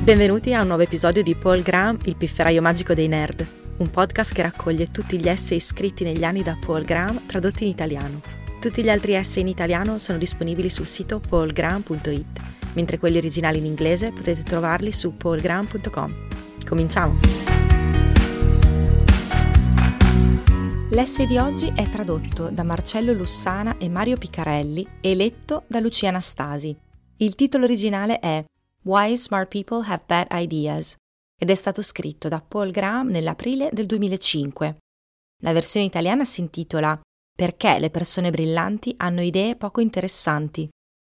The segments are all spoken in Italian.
Benvenuti a un nuovo episodio di Paul Graham, il pifferaio magico dei nerd, un podcast che raccoglie tutti gli essay scritti negli anni da Paul Graham tradotti in italiano. Tutti gli altri essay in italiano sono disponibili sul sito paulgraham.it, mentre quelli originali in inglese potete trovarli su paulgraham.com. Cominciamo! L'essay di oggi è tradotto da Marcello Lussana e Mario Piccarelli e letto da Lucia Anastasi. Il titolo originale è Why Smart People Have Bad Ideas ed è stato scritto da Paul Graham nell'aprile del 2005. La versione italiana si intitola Perché le persone brillanti hanno idee poco interessanti.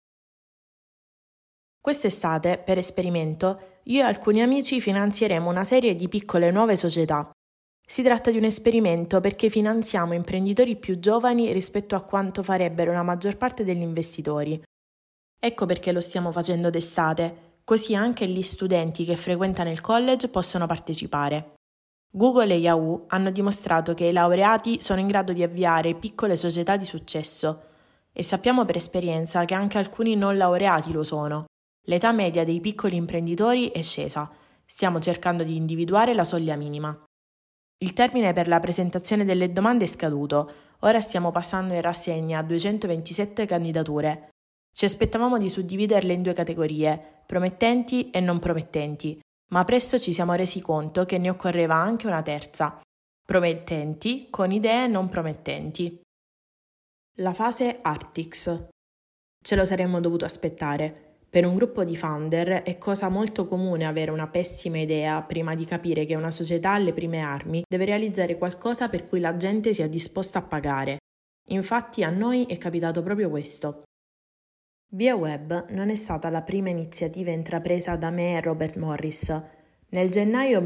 Quest'estate, per esperimento, io e alcuni amici finanzieremo una serie di piccole nuove società. Si tratta di un esperimento perché finanziamo imprenditori più giovani rispetto a quanto farebbero la maggior parte degli investitori. Ecco perché lo stiamo facendo d'estate, così anche gli studenti che frequentano il college possono partecipare. Google e Yahoo hanno dimostrato che i laureati sono in grado di avviare piccole società di successo e sappiamo per esperienza che anche alcuni non laureati lo sono. L'età media dei piccoli imprenditori è scesa. Stiamo cercando di individuare la soglia minima. Il termine per la presentazione delle domande è scaduto. Ora stiamo passando in rassegna 227 candidature. Ci aspettavamo di suddividerle in due categorie, promettenti e non promettenti, ma presto ci siamo resi conto che ne occorreva anche una terza, promettenti con idee non promettenti. La fase Arctics. Ce lo saremmo dovuto aspettare. Per un gruppo di founder è cosa molto comune avere una pessima idea prima di capire che una società alle prime armi deve realizzare qualcosa per cui la gente sia disposta a pagare. Infatti a noi è capitato proprio questo. Via Web non è stata la prima iniziativa intrapresa da me e Robert Morris. Nel gennaio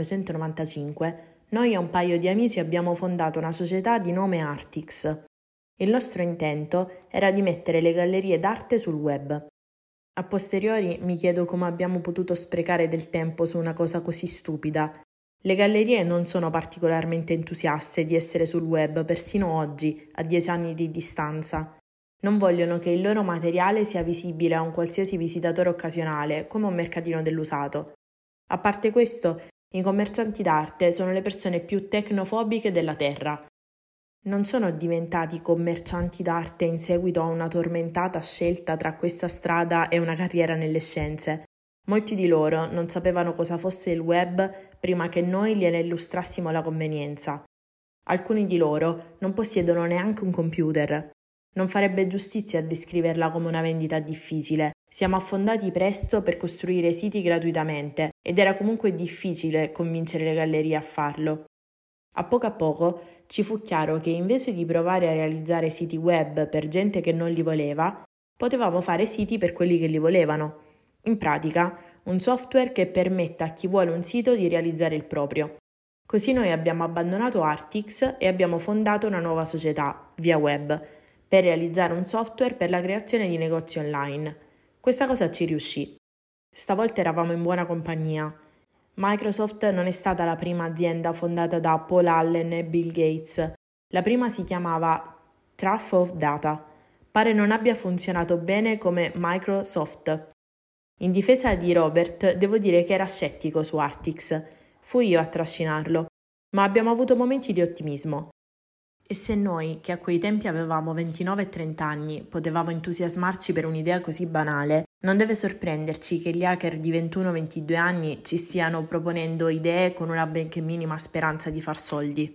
1995 noi e un paio di amici abbiamo fondato una società di nome Arctics. Il nostro intento era di mettere le gallerie d'arte sul web. A posteriori mi chiedo come abbiamo potuto sprecare del tempo su una cosa così stupida. Le gallerie non sono particolarmente entusiaste di essere sul web persino oggi, a 10 anni di distanza. Non vogliono che il loro materiale sia visibile a un qualsiasi visitatore occasionale, come un mercatino dell'usato. A parte questo, i commercianti d'arte sono le persone più tecnofobiche della Terra. Non sono diventati commercianti d'arte in seguito a una tormentata scelta tra questa strada e una carriera nelle scienze. Molti di loro non sapevano cosa fosse il web prima che noi gliene illustrassimo la convenienza. Alcuni di loro non possiedono neanche un computer. Non farebbe giustizia a descriverla come una vendita difficile. Siamo affondati presto per costruire siti gratuitamente ed era comunque difficile convincere le gallerie a farlo. A poco ci fu chiaro che invece di provare a realizzare siti web per gente che non li voleva, potevamo fare siti per quelli che li volevano. In pratica, un software che permetta a chi vuole un sito di realizzare il proprio. Così noi abbiamo abbandonato Arctics e abbiamo fondato una nuova società, Via Web, per realizzare un software per la creazione di negozi online. Questa cosa ci riuscì. Stavolta eravamo in buona compagnia. Microsoft non è stata la prima azienda fondata da Paul Allen e Bill Gates. La prima si chiamava Truth of Data. Pare non abbia funzionato bene come Microsoft. In difesa di Robert, devo dire che era scettico su Arctics. Fui io a trascinarlo, ma abbiamo avuto momenti di ottimismo. E se noi, che a quei tempi avevamo 29 e 30 anni, potevamo entusiasmarci per un'idea così banale, non deve sorprenderci che gli hacker di 21-22 anni ci stiano proponendo idee con una benché minima speranza di far soldi.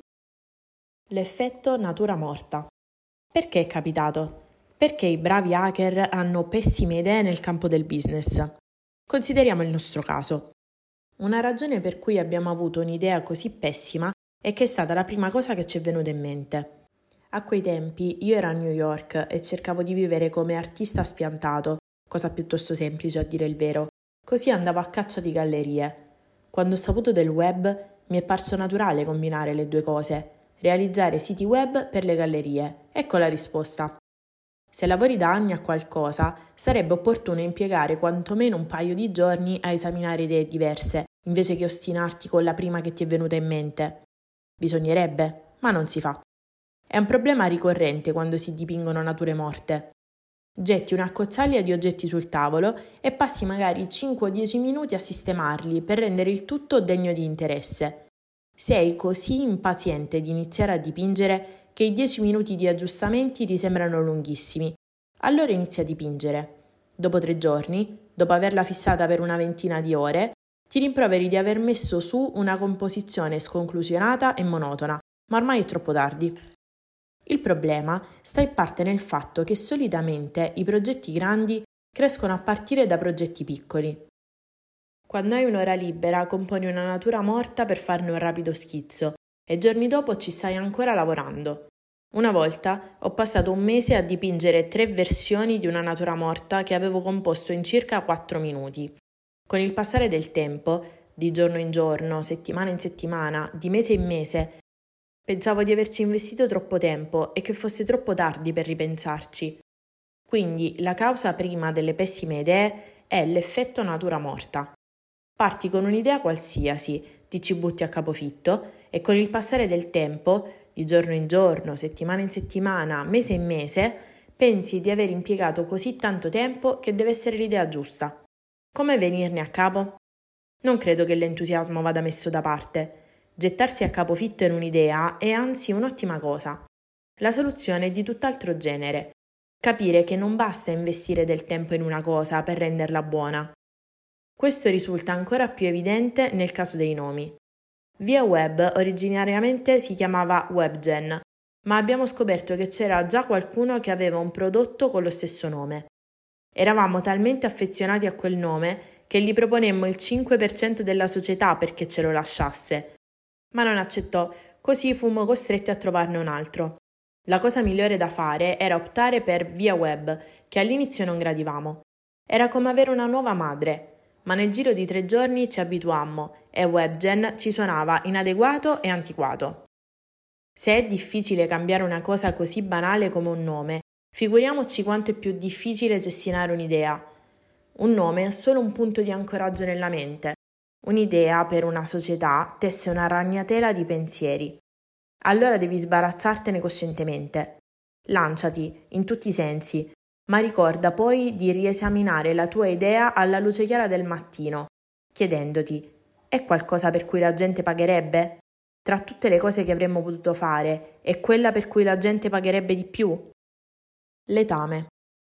L'effetto natura morta. Perché è capitato? Perché i bravi hacker hanno pessime idee nel campo del business. Consideriamo il nostro caso. Una ragione per cui abbiamo avuto un'idea così pessima è che è stata la prima cosa che ci è venuta in mente. A quei tempi io ero a New York e cercavo di vivere come artista spiantato, cosa piuttosto semplice a dire il vero, così andavo a caccia di gallerie. Quando ho saputo del web mi è parso naturale combinare le due cose, realizzare siti web per le gallerie. Ecco la risposta. Se lavori da anni a qualcosa, sarebbe opportuno impiegare quantomeno un paio di giorni a esaminare idee diverse, invece che ostinarti con la prima che ti è venuta in mente. Bisognerebbe, ma non si fa. È un problema ricorrente quando si dipingono nature morte. Getti un'accozzaglia di oggetti sul tavolo e passi magari 5 o 10 minuti a sistemarli per rendere il tutto degno di interesse. Sei così impaziente di iniziare a dipingere che i 10 minuti di aggiustamenti ti sembrano lunghissimi. Allora inizi a dipingere. Dopo 3 giorni, dopo averla fissata per una ventina di ore, ti rimproveri di aver messo su una composizione sconclusionata e monotona, ma ormai è troppo tardi. Il problema sta in parte nel fatto che solitamente i progetti grandi crescono a partire da progetti piccoli. Quando hai un'ora libera componi una natura morta per farne un rapido schizzo e giorni dopo ci stai ancora lavorando. Una volta ho passato un mese a dipingere 3 versioni di una natura morta che avevo composto in circa 4 minuti. Con il passare del tempo, di giorno in giorno, settimana in settimana, di mese in mese, pensavo di averci investito troppo tempo e che fosse troppo tardi per ripensarci. Quindi la causa prima delle pessime idee è l'effetto natura morta. Parti con un'idea qualsiasi, ti ci butti a capofitto e con il passare del tempo, di giorno in giorno, settimana in settimana, mese in mese, pensi di aver impiegato così tanto tempo che deve essere l'idea giusta. Come venirne a capo? Non credo che l'entusiasmo vada messo da parte. Gettarsi a capofitto in un'idea è anzi un'ottima cosa. La soluzione è di tutt'altro genere. Capire che non basta investire del tempo in una cosa per renderla buona. Questo risulta ancora più evidente nel caso dei nomi. Via Web originariamente si chiamava WebGen, ma abbiamo scoperto che c'era già qualcuno che aveva un prodotto con lo stesso nome. Eravamo talmente affezionati a quel nome che gli proponemmo il 5% della società perché ce lo lasciasse. Ma non accettò, così fummo costretti a trovarne un altro. La cosa migliore da fare era optare per Via Web, che all'inizio non gradivamo. Era come avere una nuova madre, ma nel giro di 3 giorni ci abituammo e WebGen ci suonava inadeguato e antiquato. Se è difficile cambiare una cosa così banale come un nome, figuriamoci quanto è più difficile gestionare un'idea. Un nome è solo un punto di ancoraggio nella mente. Un'idea per una società tesse una ragnatela di pensieri. Allora devi sbarazzartene coscientemente. Lanciati, in tutti i sensi, ma ricorda poi di riesaminare la tua idea alla luce chiara del mattino, chiedendoti: è qualcosa per cui la gente pagherebbe? Tra tutte le cose che avremmo potuto fare, è quella per cui la gente pagherebbe di più? Letame.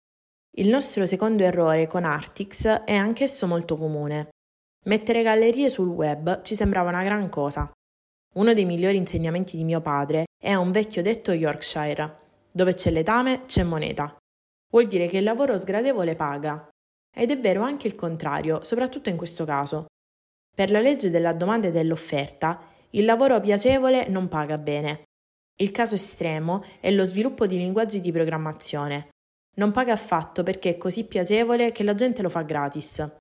Il nostro secondo errore con Artix è anch'esso molto comune. Mettere gallerie sul web ci sembrava una gran cosa. Uno dei migliori insegnamenti di mio padre è un vecchio detto Yorkshire: dove c'è letame c'è moneta. Vuol dire che il lavoro sgradevole paga. Ed è vero anche il contrario, soprattutto in questo caso. Per la legge della domanda e dell'offerta, il lavoro piacevole non paga bene. Il caso estremo è lo sviluppo di linguaggi di programmazione. Non paga affatto perché è così piacevole che la gente lo fa gratis.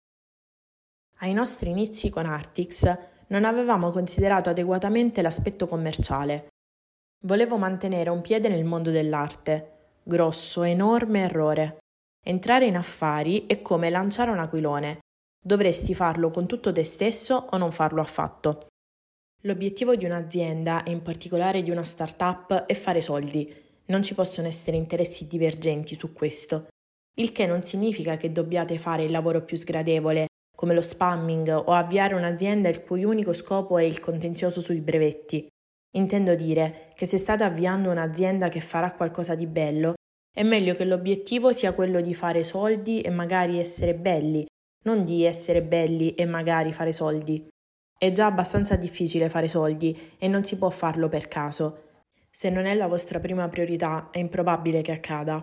Ai nostri inizi con Artix non avevamo considerato adeguatamente l'aspetto commerciale. Volevo mantenere un piede nel mondo dell'arte. Grosso, enorme errore. Entrare in affari è come lanciare un aquilone. Dovresti farlo con tutto te stesso o non farlo affatto. L'obiettivo di un'azienda, e in particolare di una startup, è fare soldi. Non ci possono essere interessi divergenti su questo. Il che non significa che dobbiate fare il lavoro più sgradevole, come lo spamming o avviare un'azienda il cui unico scopo è il contenzioso sui brevetti. Intendo dire che se state avviando un'azienda che farà qualcosa di bello, è meglio che l'obiettivo sia quello di fare soldi e magari essere belli, non di essere belli e magari fare soldi. È già abbastanza difficile fare soldi e non si può farlo per caso. Se non è la vostra prima priorità, è improbabile che accada.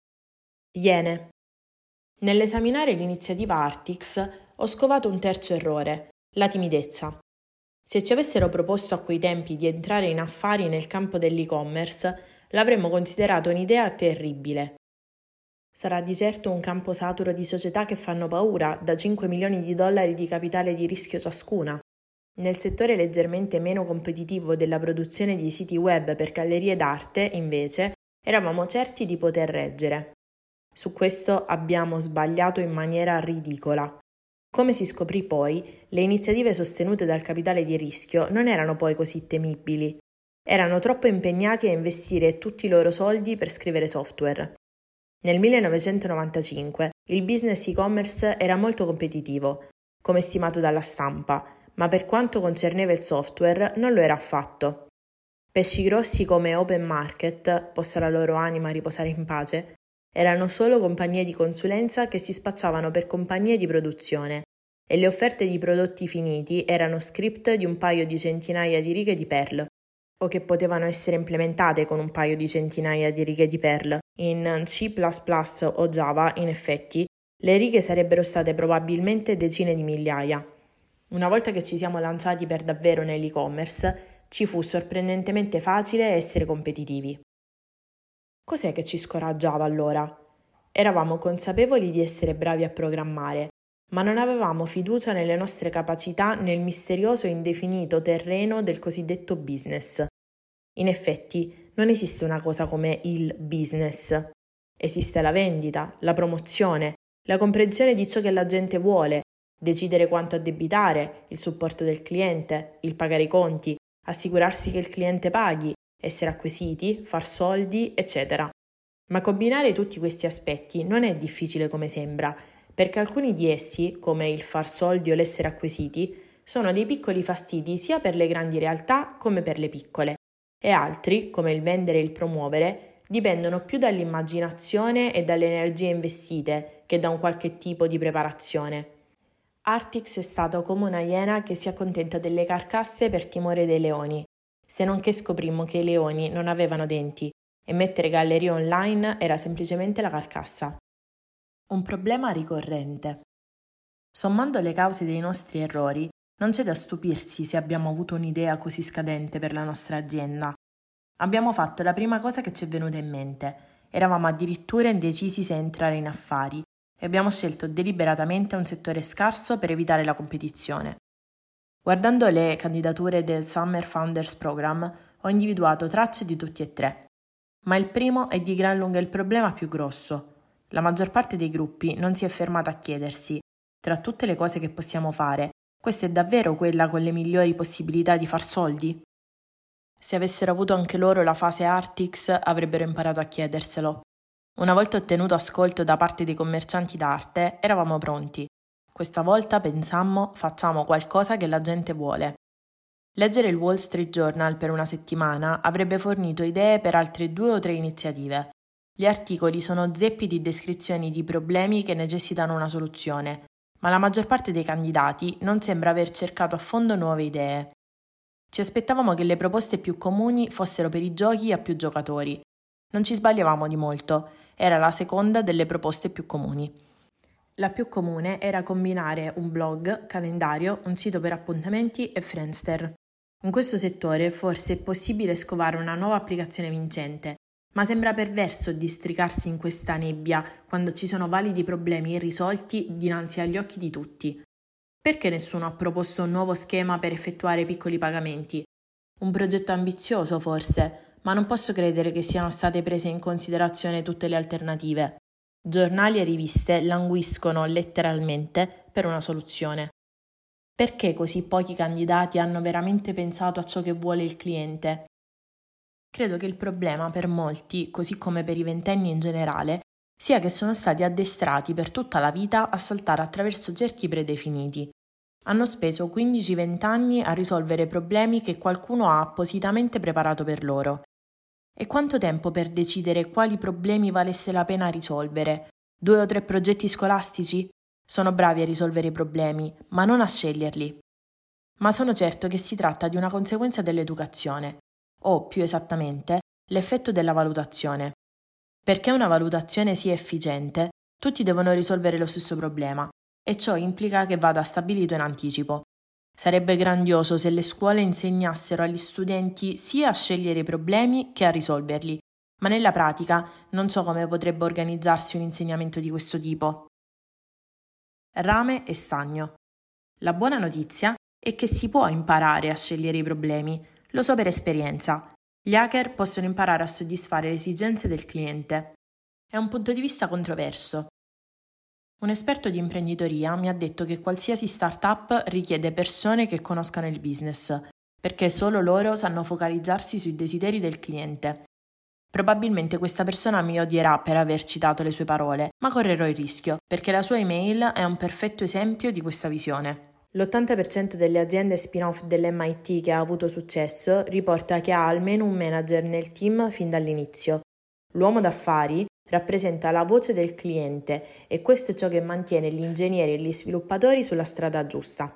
Iene. Nell'esaminare l'iniziativa Artix ho scovato un terzo errore, la timidezza. Se ci avessero proposto a quei tempi di entrare in affari nel campo dell'e-commerce, l'avremmo considerato un'idea terribile. Sarà di certo un campo saturo di società che fanno paura, da 5 milioni di dollari di capitale di rischio ciascuna. Nel settore leggermente meno competitivo della produzione di siti web per gallerie d'arte, invece, eravamo certi di poter reggere. Su questo abbiamo sbagliato in maniera ridicola. Come si scoprì poi, le iniziative sostenute dal capitale di rischio non erano poi così temibili. Erano troppo impegnati a investire tutti i loro soldi per scrivere software. Nel 1995 il business e-commerce era molto competitivo, come stimato dalla stampa, ma per quanto concerneva il software non lo era affatto. Pesci grossi come Open Market, possa la loro anima riposare in pace, erano solo compagnie di consulenza che si spacciavano per compagnie di produzione e le offerte di prodotti finiti erano script di un paio di centinaia di righe di Perl, o che potevano essere implementate con un paio di centinaia di righe di Perl. In C++ o Java, in effetti, le righe sarebbero state probabilmente decine di migliaia. Una volta che ci siamo lanciati per davvero nell'e-commerce, ci fu sorprendentemente facile essere competitivi. Cos'è che ci scoraggiava allora? Eravamo consapevoli di essere bravi a programmare, ma non avevamo fiducia nelle nostre capacità nel misterioso e indefinito terreno del cosiddetto business. In effetti, non esiste una cosa come il business. Esiste la vendita, la promozione, la comprensione di ciò che la gente vuole, decidere quanto addebitare, il supporto del cliente, il pagare i conti, assicurarsi che il cliente paghi, essere acquisiti, far soldi, eccetera. Ma combinare tutti questi aspetti non è difficile come sembra, perché alcuni di essi, come il far soldi o l'essere acquisiti, sono dei piccoli fastidi sia per le grandi realtà come per le piccole, e altri, come il vendere e il promuovere, dipendono più dall'immaginazione e dalle energie investite che da un qualche tipo di preparazione. Artix è stato come una iena che si accontenta delle carcasse per timore dei leoni, se non che scoprimmo che i leoni non avevano denti e mettere gallerie online era semplicemente la carcassa. Un problema ricorrente. Sommando le cause dei nostri errori, non c'è da stupirsi se abbiamo avuto un'idea così scadente per la nostra azienda. Abbiamo fatto la prima cosa che ci è venuta in mente. Eravamo addirittura indecisi se entrare in affari e abbiamo scelto deliberatamente un settore scarso per evitare la competizione. Guardando le candidature del Summer Founders Program, ho individuato tracce di tutti e tre. Ma il primo è di gran lunga il problema più grosso. La maggior parte dei gruppi non si è fermata a chiedersi, tra tutte le cose che possiamo fare, questa è davvero quella con le migliori possibilità di far soldi? Se avessero avuto anche loro la fase Artix, avrebbero imparato a chiederselo. Una volta ottenuto ascolto da parte dei commercianti d'arte, eravamo pronti. Questa volta pensammo, facciamo qualcosa che la gente vuole. Leggere il Wall Street Journal per una settimana avrebbe fornito idee per altre 2 o 3 iniziative. Gli articoli sono zeppi di descrizioni di problemi che necessitano una soluzione, ma la maggior parte dei candidati non sembra aver cercato a fondo nuove idee. Ci aspettavamo che le proposte più comuni fossero per i giochi a più giocatori. Non ci sbagliavamo di molto, era la seconda delle proposte più comuni. La più comune era combinare un blog, calendario, un sito per appuntamenti e Friendster. In questo settore forse è possibile scovare una nuova applicazione vincente, ma sembra perverso districarsi in questa nebbia quando ci sono validi problemi irrisolti dinanzi agli occhi di tutti. Perché nessuno ha proposto un nuovo schema per effettuare piccoli pagamenti? Un progetto ambizioso forse, ma non posso credere che siano state prese in considerazione tutte le alternative. Giornali e riviste languiscono letteralmente per una soluzione. Perché così pochi candidati hanno veramente pensato a ciò che vuole il cliente? Credo che il problema per molti, così come per i ventenni in generale, sia che sono stati addestrati per tutta la vita a saltare attraverso cerchi predefiniti. Hanno speso 15-20 anni a risolvere problemi che qualcuno ha appositamente preparato per loro. E quanto tempo per decidere quali problemi valesse la pena risolvere? 2 o 3 progetti scolastici? Sono bravi a risolvere i problemi, ma non a sceglierli. Ma sono certo che si tratta di una conseguenza dell'educazione, o, più esattamente, l'effetto della valutazione. Perché una valutazione sia efficiente, tutti devono risolvere lo stesso problema, e ciò implica che vada stabilito in anticipo. Sarebbe grandioso se le scuole insegnassero agli studenti sia a scegliere i problemi che a risolverli, ma nella pratica non so come potrebbe organizzarsi un insegnamento di questo tipo. Rame e stagno. La buona notizia è che si può imparare a scegliere i problemi, lo so per esperienza. Gli hacker possono imparare a soddisfare le esigenze del cliente. È un punto di vista controverso. Un esperto di imprenditoria mi ha detto che qualsiasi startup richiede persone che conoscano il business, perché solo loro sanno focalizzarsi sui desideri del cliente. Probabilmente questa persona mi odierà per aver citato le sue parole, ma correrò il rischio, perché la sua email è un perfetto esempio di questa visione. L'80% delle aziende spin-off dell'MIT che ha avuto successo riporta che ha almeno un manager nel team fin dall'inizio. L'uomo d'affari rappresenta la voce del cliente e questo è ciò che mantiene gli ingegneri e gli sviluppatori sulla strada giusta.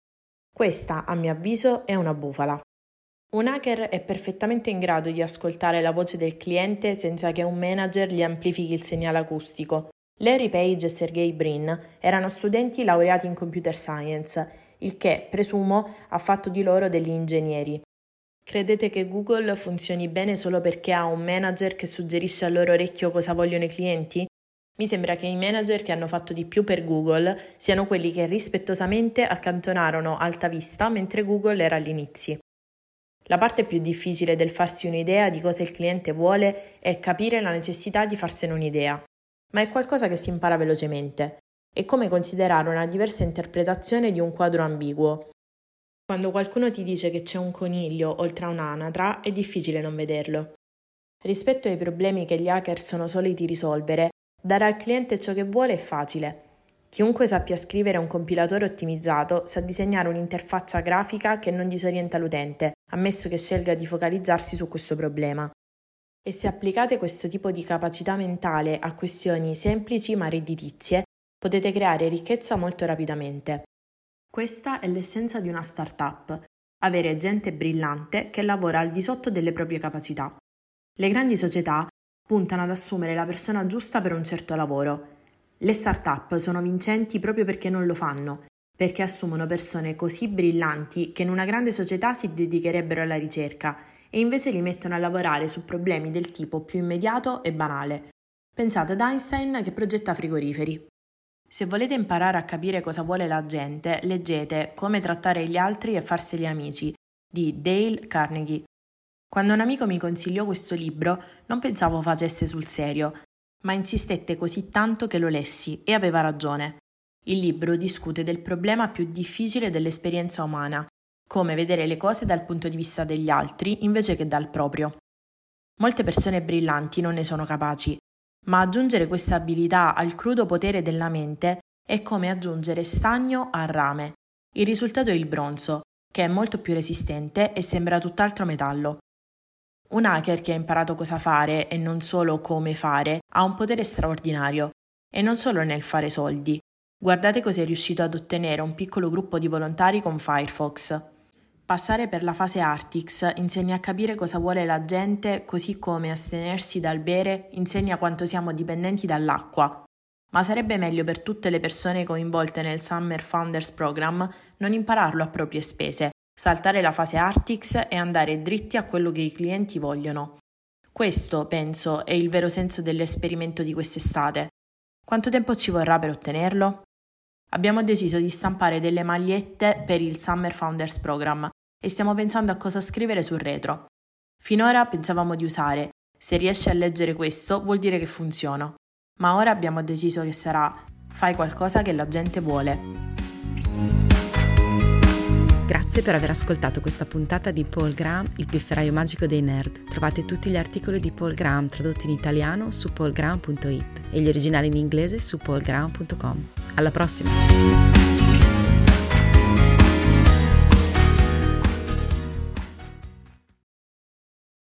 Questa, a mio avviso, è una bufala. Un hacker è perfettamente in grado di ascoltare la voce del cliente senza che un manager gli amplifichi il segnale acustico. Larry Page e Sergey Brin erano studenti laureati in computer science, il che, presumo, ha fatto di loro degli ingegneri. Credete che Google funzioni bene solo perché ha un manager che suggerisce al loro orecchio cosa vogliono i clienti? Mi sembra che i manager che hanno fatto di più per Google siano quelli che rispettosamente accantonarono Alta Vista mentre Google era agli inizi. La parte più difficile del farsi un'idea di cosa il cliente vuole è capire la necessità di farsene un'idea, ma è qualcosa che si impara velocemente. È come considerare una diversa interpretazione di un quadro ambiguo. Quando qualcuno ti dice che c'è un coniglio oltre a un'anatra, è difficile non vederlo. Rispetto ai problemi che gli hacker sono soliti risolvere, dare al cliente ciò che vuole è facile. Chiunque sappia scrivere un compilatore ottimizzato sa disegnare un'interfaccia grafica che non disorienta l'utente, ammesso che scelga di focalizzarsi su questo problema. E se applicate questo tipo di capacità mentale a questioni semplici ma redditizie, potete creare ricchezza molto rapidamente. Questa è l'essenza di una startup: avere gente brillante che lavora al di sotto delle proprie capacità. Le grandi società puntano ad assumere la persona giusta per un certo lavoro. Le start-up sono vincenti proprio perché non lo fanno, perché assumono persone così brillanti che in una grande società si dedicherebbero alla ricerca e invece li mettono a lavorare su problemi del tipo più immediato e banale. Pensate ad Einstein che progetta frigoriferi. Se volete imparare a capire cosa vuole la gente, leggete Come trattare gli altri e farseli amici di Dale Carnegie. Quando un amico mi consigliò questo libro, non pensavo facesse sul serio, ma insistette così tanto che lo lessi e aveva ragione. Il libro discute del problema più difficile dell'esperienza umana, come vedere le cose dal punto di vista degli altri invece che dal proprio. Molte persone brillanti non ne sono capaci, ma aggiungere questa abilità al crudo potere della mente è come aggiungere stagno al rame. Il risultato è il bronzo, che è molto più resistente e sembra tutt'altro metallo. Un hacker che ha imparato cosa fare e non solo come fare ha un potere straordinario, e non solo nel fare soldi. Guardate cosa è riuscito ad ottenere un piccolo gruppo di volontari con Firefox. Passare per la fase Artix insegna a capire cosa vuole la gente, così come astenersi dal bere insegna quanto siamo dipendenti dall'acqua. Ma sarebbe meglio per tutte le persone coinvolte nel Summer Founders Program non impararlo a proprie spese, saltare la fase Artix e andare dritti a quello che i clienti vogliono. Questo, penso, è il vero senso dell'esperimento di quest'estate. Quanto tempo ci vorrà per ottenerlo? Abbiamo deciso di stampare delle magliette per il Summer Founders Program e stiamo pensando a cosa scrivere sul retro. Finora pensavamo di usare "se riesci a leggere questo vuol dire che funziona", ma ora abbiamo deciso che sarà "fai qualcosa che la gente vuole". Grazie per aver ascoltato questa puntata di Paul Graham, il pifferaio magico dei nerd. Trovate tutti gli articoli di Paul Graham tradotti in italiano su paulgraham.it e gli originali in inglese su paulgraham.com. Alla prossima!